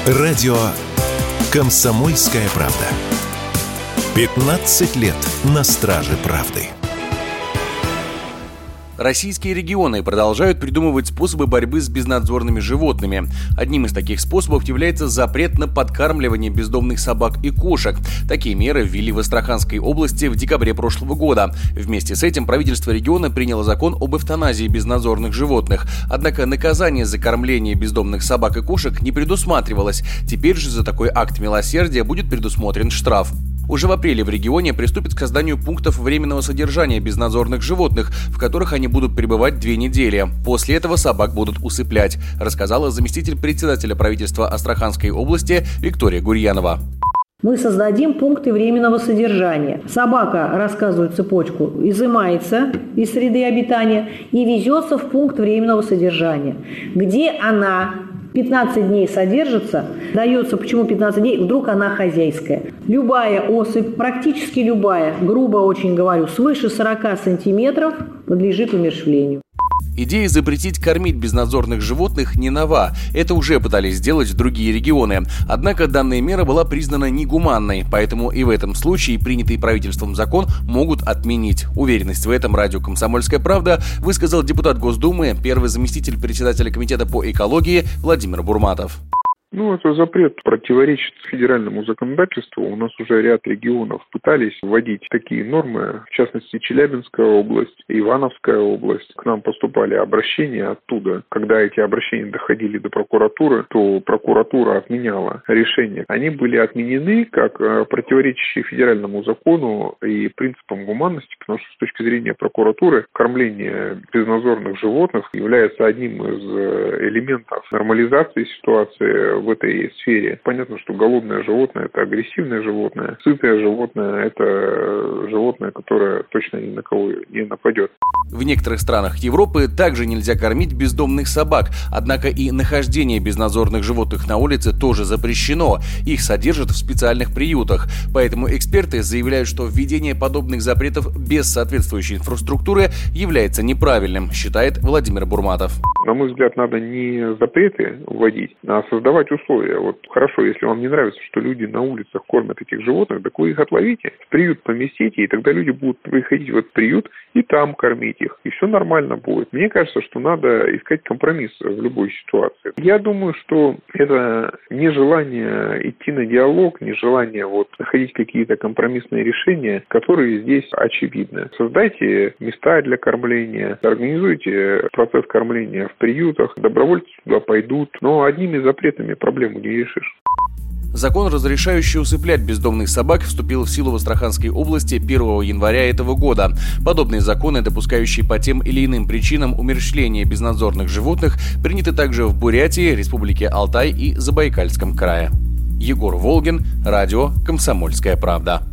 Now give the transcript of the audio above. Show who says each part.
Speaker 1: Радио «Комсомольская правда». 15 лет на страже правды.
Speaker 2: Российские регионы продолжают придумывать способы борьбы с безнадзорными животными. Одним из таких способов является запрет на подкармливание бездомных собак и кошек. Такие меры ввели в Астраханской области в декабре прошлого года. Вместе с этим правительство региона приняло закон об эвтаназии безнадзорных животных. Однако наказание за кормление бездомных собак и кошек не предусматривалось. Теперь же за такой акт милосердия будет предусмотрен штраф. Уже в апреле в регионе приступят к созданию пунктов временного содержания безнадзорных животных, в которых они будут пребывать 2 недели. После этого собак будут усыплять, рассказала заместитель председателя правительства Астраханской области Виктория Гурьянова.
Speaker 3: Мы создадим пункты временного содержания. Собака, рассказываю цепочку, изымается из среды обитания и везется в пункт временного содержания, где она 15 дней содержится, дается, почему 15 дней, вдруг она хозяйская. Любая особь, практически любая, грубо очень говорю, свыше 40 сантиметров подлежит умерщвлению.
Speaker 2: Идея запретить кормить безнадзорных животных не нова. Это уже пытались сделать другие регионы. Однако данная мера была признана негуманной, поэтому и в этом случае принятый правительством закон могут отменить. Уверенность в этом радио «Комсомольская правда» высказал депутат Госдумы, первый заместитель председателя комитета по экологии Владимир Бурматов.
Speaker 4: Это запрет противоречит федеральному законодательству. У нас уже ряд регионов пытались вводить такие нормы, в частности, Челябинская область, Ивановская область. К нам поступали обращения оттуда. Когда эти обращения доходили до прокуратуры, то прокуратура отменяла решения. Они были отменены как противоречащие федеральному закону и принципам гуманности, потому что с точки зрения прокуратуры кормление безнадзорных животных является одним из элементов нормализации ситуации в этой сфере. Понятно, что голодное животное – это агрессивное животное, сытое животное – это животное, которое точно ни на кого не нападет.
Speaker 2: В некоторых странах Европы также нельзя кормить бездомных собак, однако и нахождение безнадзорных животных на улице тоже запрещено. Их содержат в специальных приютах. Поэтому эксперты заявляют, что введение подобных запретов без соответствующей инфраструктуры является неправильным, считает Владимир Бурматов.
Speaker 4: На мой взгляд, надо не запреты вводить, а создавать условия. Хорошо, если вам не нравится, что люди на улицах кормят этих животных, так вы их отловите, в приют поместите, и тогда люди будут приходить в этот приют и там кормить их. И все нормально будет. Мне кажется, что надо искать компромисс в любой ситуации. Я думаю, что это нежелание идти на диалог, нежелание находить какие-то компромиссные решения, которые здесь очевидны. Создайте места для кормления, организуйте процесс кормления в приютах, добровольцы туда пойдут, но одними запретами проблему не решишь.
Speaker 2: Закон, разрешающий усыплять бездомных собак, вступил в силу в Астраханской области 1 января этого года. Подобные законы, допускающие по тем или иным причинам умерщвление безнадзорных животных, приняты также в Бурятии, Республике Алтай и Забайкальском крае. Егор Волгин, радио «Комсомольская правда».